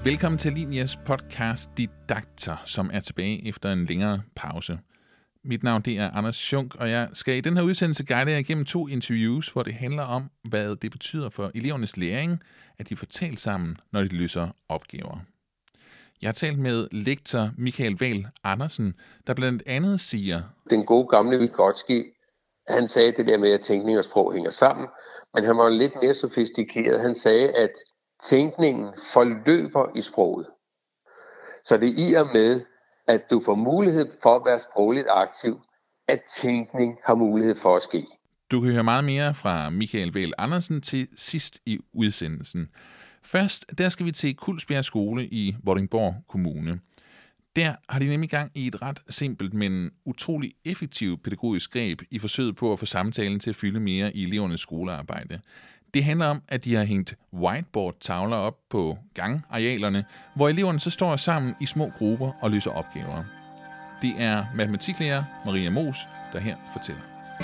Velkommen til Linias podcast Didakter, som er tilbage efter en længere pause. Mit navn det er Anders Schunk, og jeg skal i den her udsendelse guide jer igennem 2 interviews, hvor det handler om, hvad det betyder for elevernes læring, at de får talt sammen, når de løser opgaver. Jeg har talt med lektor Michael Wahl Andersen, der blandt andet siger: Den gode gamle Vygotsky, han sagde det der med, at tænkning og sprog hænger sammen, men han var lidt mere sofistikeret. Han sagde, at tænkningen forløber i sproget. Så det er i og med, at du får mulighed for at være sprogligt aktiv, at tænkning har mulighed for at ske. Du kan høre meget mere fra Michael Wahl Andersen til sidst i udsendelsen. Først, der skal vi til Kulsbjerg Skole i Vordingborg Kommune. Der har de nemlig gang i et ret simpelt, men utrolig effektivt pædagogisk greb i forsøget på at få samtalen til at fylde mere i elevernes skolearbejde. Det handler om, at de har hængt whiteboard-tavler op på gangarealerne, hvor eleverne så står sammen i små grupper og løser opgaver. Det er matematiklærer Maria Moos, der her fortæller.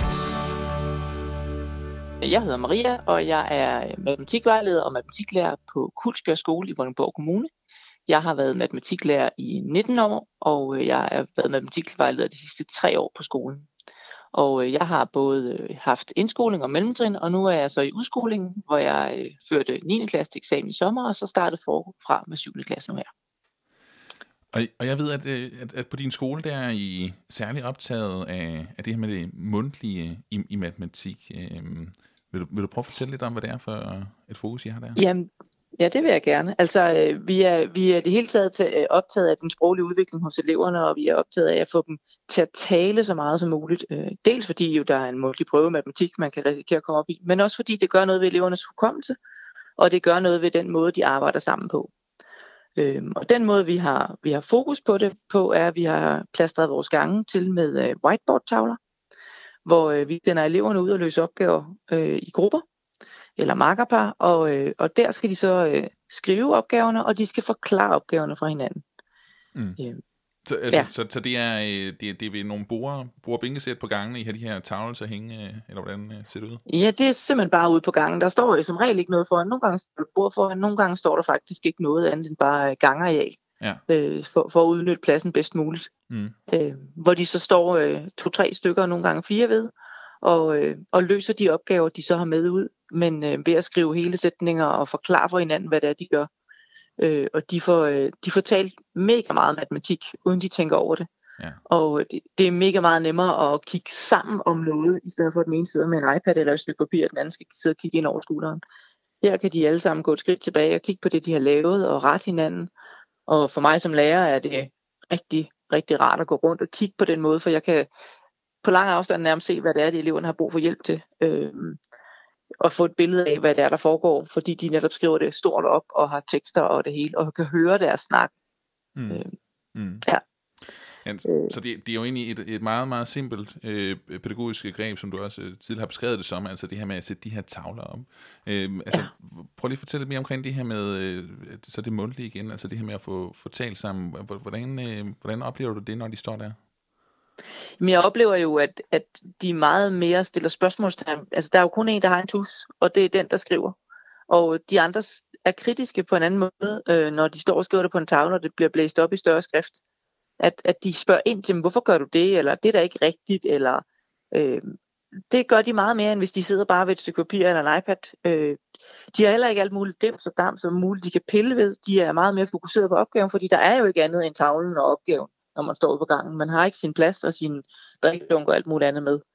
Jeg hedder Maria, og jeg er matematikvejleder og matematiklærer på Kulsbjerg Skole i Vordingborg Kommune. Jeg har været matematiklærer i 19 år, og jeg har været matematikvejleder de sidste 3 år på skolen. Og jeg har både haft indskoling og mellemtrin, og nu er jeg så i udskolingen, hvor jeg førte 9. klasse til eksamen i sommer, og så startede forfra med 7. klasse nu her. Og jeg ved, at på din skole, der er I særligt optaget af det her med det mundtlige i matematik. Vil du prøve at fortælle lidt om, hvad det er for et fokus, I har der? Jamen, ja, det vil jeg gerne. Altså, vi er det hele taget optaget af den sproglige udvikling hos eleverne, og vi er optaget af at få dem til at tale så meget som muligt. Dels fordi jo der er en mundtlig prøve i matematik, man kan risikere at komme op i, men også fordi det gør noget ved elevernes hukommelse, og det gør noget ved den måde, de arbejder sammen på. Og den måde, vi har fokus på det på, er, at vi har plastret vores gange til med whiteboard-tavler, hvor vi sender eleverne ud og løser opgaver i grupper eller markerpar, og der skal de så skrive opgaverne, og de skal forklare opgaverne fra hinanden. Mm. Så det er ved nogle bordbænkesæt på gangene, I har de her tavler til at hænge, eller hvordan ser det ud? Ja, det er simpelthen bare ude på gangen. Der står jo som regel ikke noget foran. Nogle gange står der bord foran, nogle gange står der faktisk ikke noget andet end bare gangareal, for at udnytte pladsen bedst muligt. Mm. Hvor de så står 2-3 stykker, nogle gange 4 ved, og løser de opgaver, de så har med ud, men ved at skrive hele sætninger og forklare for hinanden, hvad det er, de gør. Og de får talt mega meget matematik, uden de tænker over det. Ja. Og det er mega meget nemmere at kigge sammen om noget, i stedet for at den ene sidder med en iPad eller et stykke papir, og den anden skal sidde og kigge ind over skulderen. Her kan de alle sammen gå et skridt tilbage og kigge på det, de har lavet, og rette hinanden. Og for mig som lærer er det rigtig, rigtig rart at gå rundt og kigge på den måde, for jeg kan på lang afstand nærmest se, hvad det er, de eleverne har brug for hjælp til. Og få et billede af, hvad det er, der foregår, fordi de netop skriver det stort op og har tekster og det hele, og kan høre deres snak. Ja. Så det er jo egentlig et meget, meget simpelt pædagogisk greb, som du også tidligere har beskrevet det som, altså det her med at sætte de her tavler op. Prøv lige at fortælle lidt mere omkring det her med, så det mundtlige igen, altså det her med at få talt sammen. Hvordan oplever du det, når de står der? Men jeg oplever jo, at de meget mere stiller spørgsmålstegn. Altså, der er jo kun en, der har en tus, og det er den, der skriver. Og de andre er kritiske på en anden måde, når de står og skriver det på en tavle, og det bliver blæst op i større skrift. At de spørger ind til dem, hvorfor gør du det, eller det er da ikke rigtigt, eller det gør de meget mere, end hvis de sidder bare ved et stykke papir eller en iPad. De har heller ikke alt muligt dims og dam som muligt, de kan pille ved. De er meget mere fokuseret på opgaven, fordi der er jo ikke andet end tavlen og opgaven, når man står ude på gangen. Man har ikke sin plads og sin drikkedunk og alt muligt andet med.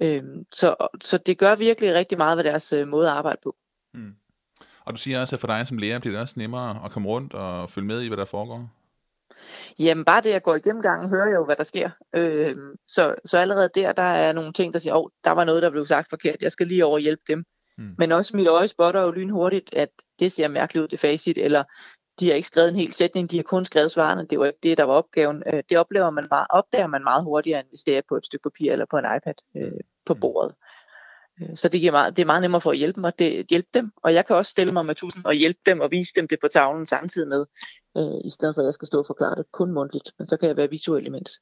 Så det gør virkelig rigtig meget ved deres måde at arbejde på. Mm. Og du siger også, at for dig som lærer bliver det også nemmere at komme rundt og følge med i, hvad der foregår? Jamen bare det, jeg går igennem gangen, hører jeg jo, hvad der sker. Så allerede der er nogle ting, der siger, der var noget, der blev sagt forkert, jeg skal lige over hjælpe dem. Men også mit øje spotter jo lynhurtigt, at det ser mærkeligt ud, det facit, eller de har ikke skrevet en hel sætning, de har kun skrevet svarene, det var ikke det, der var opgaven. Det opdager man meget hurtigere, end hvis det er på et stykke papir eller på en iPad på bordet. Så det er meget nemmere for at hjælpe dem, og jeg kan også stille mig med tusind og hjælpe dem og vise dem det på tavlen samtidig med, i stedet for at jeg skal stå og forklare det kun mundtligt, men så kan jeg være visuel imens.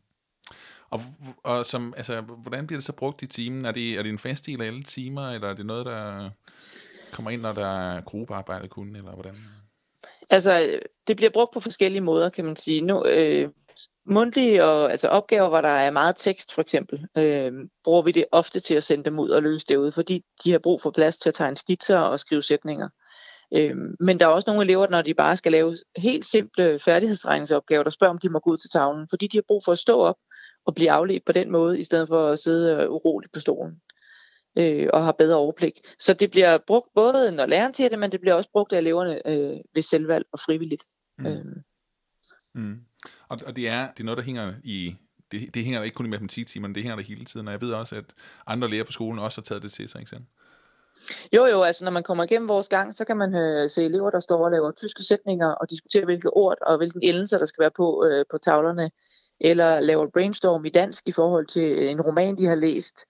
Og som, altså, hvordan bliver det så brugt i timen? Er det en fast del af alle timer, eller er det noget, der kommer ind, når der er gruppearbejde kun, eller hvordan? Altså, det bliver brugt på forskellige måder, kan man sige. Nu, mundtlige og altså opgaver, hvor der er meget tekst, for eksempel, bruger vi det ofte til at sende dem ud og løse det ud, fordi de har brug for plads til at tegne skitser og skrive sætninger. Men der er også nogle elever, når de bare skal lave helt simple færdighedsregningsopgaver, der spørger, om de må gå ud til tavlen, fordi de har brug for at stå op og blive afledt på den måde, i stedet for at sidde uroligt på stolen og har bedre overblik. Så det bliver brugt både, når læreren siger det, men det bliver også brugt af eleverne ved selvvalg og frivilligt. Og det er noget, der hænger i... Det hænger der ikke kun i matematiktimerne, det hænger der hele tiden, og jeg ved også, at andre lærere på skolen også har taget det til sig, ikke sandt? Jo, altså når man kommer igennem vores gang, så kan man se elever, der står og laver tyske sætninger og diskuterer, hvilke ord og hvilken endelse, der skal være på tavlerne, eller laver brainstorm i dansk i forhold til en roman, de har læst.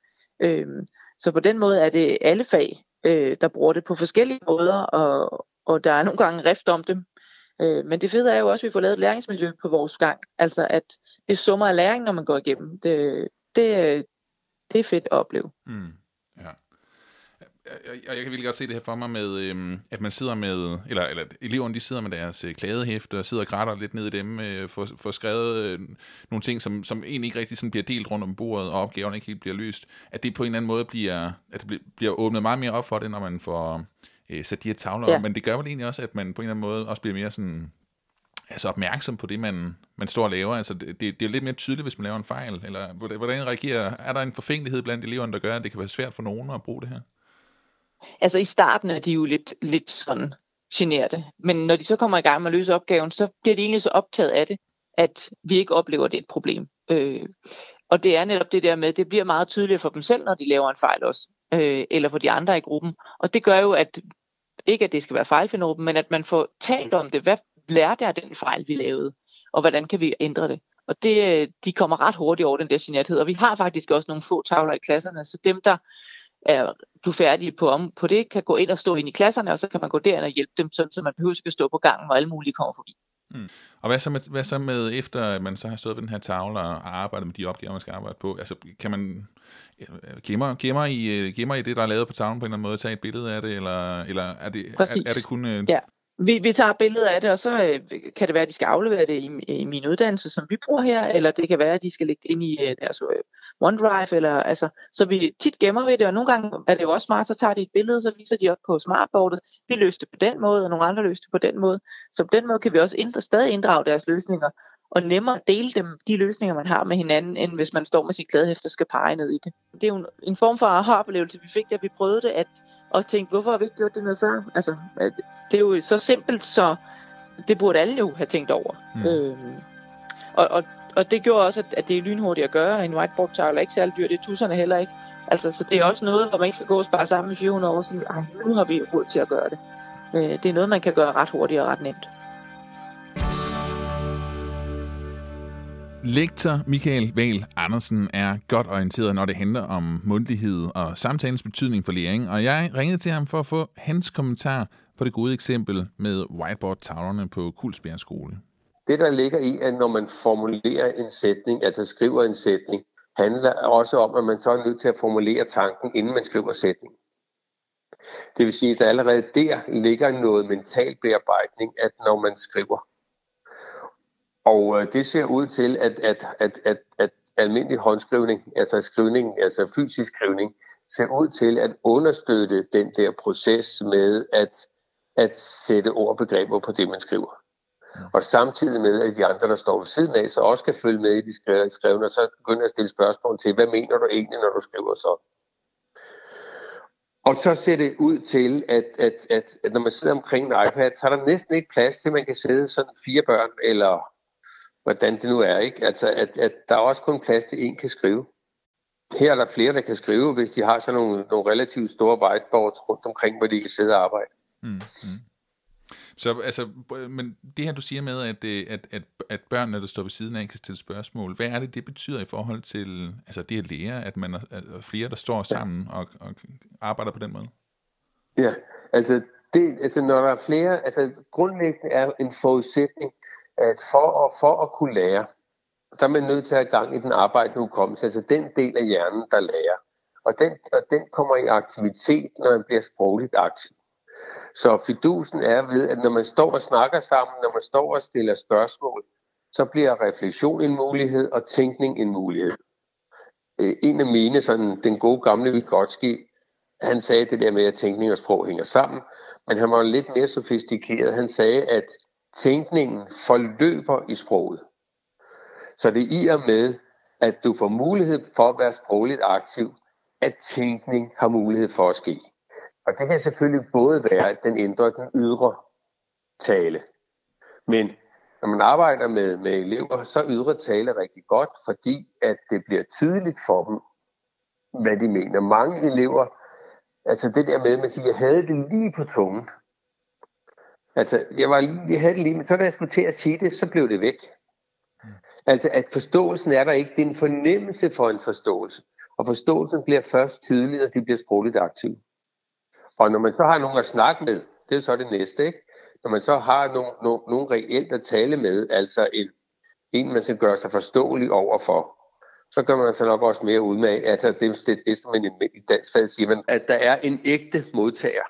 Så på den måde er det alle fag, der bruger det på forskellige måder, og der er nogle gange rift om dem. Men det fede er jo også, at vi får lavet et læringsmiljø på vores gang. Altså at det summer af læring, når man går igennem. Det er fedt at opleve. Ja. Og jeg kan virkelig godt se det her for mig med, at man sidder med, eller eleverne de sidder med deres kladehæfte og sidder og grætter lidt ned i dem, får skrevet nogle ting, som egentlig ikke rigtig sådan bliver delt rundt om bordet, og opgaverne ikke helt bliver løst. At det på en eller anden måde bliver åbnet meget mere op for det, når man får sat de her tavler op. Men det gør vel egentlig også, at man på en eller anden måde også bliver mere sådan, altså opmærksom på det, man står og laver. Altså det er lidt mere tydeligt, hvis man laver en fejl. Eller hvordan reagerer? Er der en forfængelighed blandt eleverne, der gør, at det kan være svært for nogen at bruge det her? Altså i starten er de jo lidt sådan generte, men når de så kommer i gang med at løse opgaven, så bliver de egentlig så optaget af det, at vi ikke oplever, at det er et problem. Og det er netop det der med, det bliver meget tydeligt for dem selv, når de laver en fejl også, eller for de andre i gruppen. Og det gør jo, at ikke at det skal være fejlfindråben, men at man får talt om det. Hvad lærte jeg af den fejl, vi lavede? Og hvordan kan vi ændre det? Og de kommer ret hurtigt over den der generthed. Og vi har faktisk også nogle få tavler i klasserne, så dem, der er blevet færdige på det, kan gå ind og stå ind i klasserne, og så kan man gå derind og hjælpe dem, så man behøver ikke at stå på gangen, hvor alle mulige kommer forbi. Og hvad så med efter man så har stået ved den her tavle og arbejdet med de opgaver, man skal arbejde på? Altså kan man gemmer I det, der er lavet på tavlen på en eller anden måde, tage et billede af det, eller er det kun... Ja. Vi tager billeder af det, og så kan det være, at de skal aflevere det i min uddannelse, som vi bruger her, eller det kan være, at de skal lægge det ind i deres OneDrive, eller altså, så vi tit gemmer vi det, og nogle gange er det jo også smart, så tager de et billede, så viser de op på smartboardet. Vi løste det på den måde, og nogle andre løste det på den måde. Så på den måde kan vi også stadig inddrage deres løsninger, og nemmere dele de løsninger, man har med hinanden, end hvis man står med sit kladehæfte og skal pege ned i det. Det er jo en form for aha-oplevelse, vi fik, da vi prøvede det, at tænke, hvorfor har vi ikke gjort det noget før? Altså, det er jo så simpelt, så det burde alle jo have tænkt over. Og det gjorde også, at det er lynhurtigt at gøre. En whiteboard-tavle er ikke særlig dyr, det er tusserne heller ikke. Altså, så det er også noget, hvor man ikke skal gå og spare sammen i 400 år siden. Nu har vi råd til at gøre det. Det er noget, man kan gøre ret hurtigt og ret nemt. Lektor Michael Wahl Andersen er godt orienteret, når det handler om mundtlighed og samtalens betydning for læring, og jeg ringede til ham for at få hans kommentar på det gode eksempel med whiteboard-tavlerne på Kulsbjerg Skole. Det, der ligger i, at når man formulerer en sætning, altså skriver en sætning, handler også om, at man så er nødt til at formulere tanken, inden man skriver sætningen. Det vil sige, at der allerede der ligger noget mental bearbejdning, at når man skriver. Og det ser ud til, at almindelig håndskrivning, altså skrivning, altså fysisk skrivning, ser ud til at understøtte den der proces med at sætte ord og begreber på det, man skriver. Og samtidig med, at de andre, der står ved siden af, så også kan følge med i de skrevne, og så begynder at stille spørgsmål til, hvad mener du egentlig, når du skriver så? Og så ser det ud til, at når man sidder omkring en iPad, så er der næsten ikke plads til, at man kan sidde sådan 4 børn, eller hvordan det nu er, ikke? Altså, at der er også kun plads til en kan skrive. Her er der flere, der kan skrive, hvis de har sådan nogle relativt store whiteboards rundt omkring, hvor de kan sidde og arbejde. Så altså, men det her, du siger med, at børnene, der står ved siden af, kan stille spørgsmål, hvad er det betyder i forhold til altså det at lære, at man er flere, der står sammen og arbejder på den måde? Ja, altså når der er flere, altså grundlæggende er en forudsætning, at for at kunne lære, så er man nødt til at have gang i den arbejdende hukommelse, altså den del af hjernen, der lærer. Og den kommer i aktivitet, når man bliver sprogligt aktiv. Så fidusen er ved, at når man står og snakker sammen, når man står og stiller spørgsmål, så bliver refleksion en mulighed, og tænkning en mulighed. En af mine, sådan den gode gamle Vygotsky, han sagde det der med, at tænkning og sprog hænger sammen, men han var lidt mere sofistikeret. Han sagde, at tænkningen forløber i sproget. Så det er i og med, at du får mulighed for at være sprogligt aktiv, at tænkning har mulighed for at ske. Og det kan selvfølgelig både være, at den ændrer den ydre tale. Men når man arbejder med elever, så ydre tale rigtig godt, fordi at det bliver tydeligt for dem, hvad de mener. Mange elever, altså det der med, at man siger, jeg havde det lige på tungen. Altså, jeg havde det lige, men så da jeg skulle til at sige det, så blev det væk. Altså, at forståelsen er der ikke. Det er en fornemmelse for en forståelse. Og forståelsen bliver først tydelig, og de bliver sprogligt aktive. Og når man så har nogen at snakke med, det er så det næste, ikke? Når man så har nogen reelt at tale med, altså en man skal gøre sig forståelig overfor, så gør man så nok også mere udmage. Altså det som man i dansk fald siger, man, at der er en ægte modtager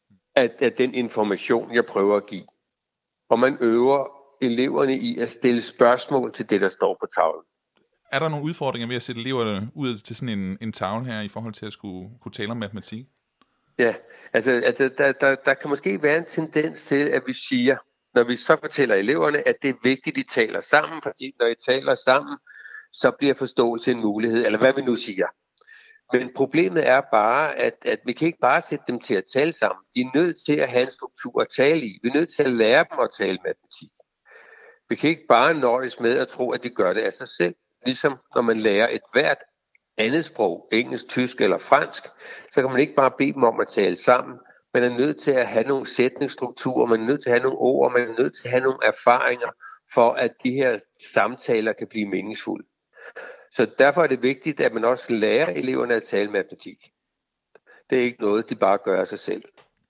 af den information, jeg prøver at give. Og man øver eleverne i at stille spørgsmål til det, der står på tavlen. Er der nogle udfordringer ved at sætte eleverne ud til sådan en tavle her, i forhold til at kunne tale om matematik? Ja, altså der kan måske være en tendens til, at vi siger, når vi så fortæller eleverne, at det er vigtigt, at de taler sammen, fordi når I taler sammen, så bliver forståelse en mulighed, eller hvad vi nu siger. Men problemet er bare, at vi kan ikke bare sætte dem til at tale sammen. De er nødt til at have en struktur at tale i. Vi er nødt til at lære dem at tale matematik. Vi kan ikke bare nøjes med at tro, at de gør det af sig selv. Ligesom når man lærer et hvert andet sprog, engelsk, tysk eller fransk, så kan man ikke bare bede dem om at tale sammen. Man er nødt til at have nogle sætningsstrukturer, man er nødt til at have nogle ord, man er nødt til at have nogle erfaringer, for at de her samtaler kan blive meningsfulde. Så derfor er det vigtigt, at man også lærer eleverne at tale matematik. Det er ikke noget, de bare gør af sig selv.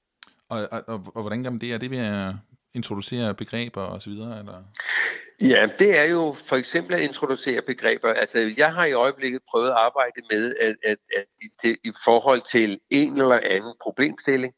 Og hvordan gør man det? Er det ved at introducere begreber og så videre, eller? Ja, det er jo for eksempel at introducere begreber. Altså, jeg har i øjeblikket prøvet at arbejde med, at i forhold til en eller anden problemstilling.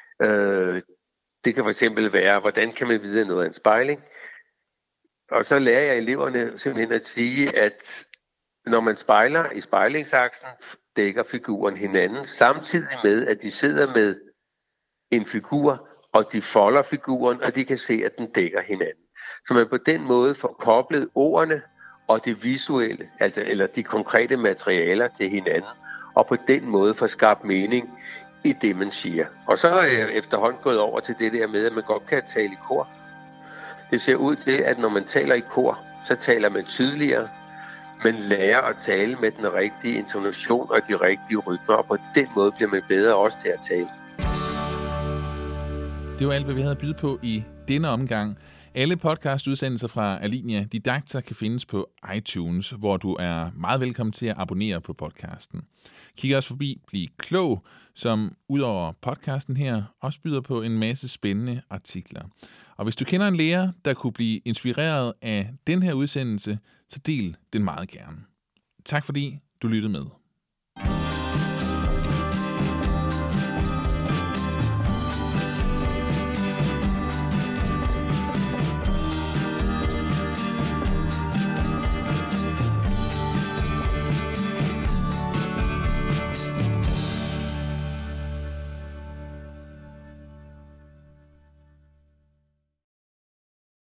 Det kan for eksempel være, hvordan kan man vide noget af en spejling? Og så lærer jeg eleverne simpelthen at sige, at når man spejler i spejlingsaksen, dækker figuren hinanden, samtidig med, at de sidder med en figur, og de folder figuren, og de kan se, at den dækker hinanden. Så man på den måde får koblet ordene og det visuelle, altså, eller de konkrete materialer til hinanden, og på den måde får skabt mening i det, man siger. Og så er jeg efterhånden gået over til det der med, at man godt kan tale i kor. Det ser ud til, at når man taler i kor, så taler man tydeligere. Man lærer at tale med den rigtige intonation og de rigtige rytmer, og på den måde bliver man bedre også til at tale. Det var alt, hvad vi havde at byde på i denne omgang. Alle podcastudsendelser fra Alinea Didakter kan findes på iTunes, hvor du er meget velkommen til at abonnere på podcasten. Kig også forbi Bliv Klog, som udover podcasten her også byder på en masse spændende artikler. Og hvis du kender en lærer, der kunne blive inspireret af den her udsendelse, så del den meget gerne. Tak fordi du lyttede med.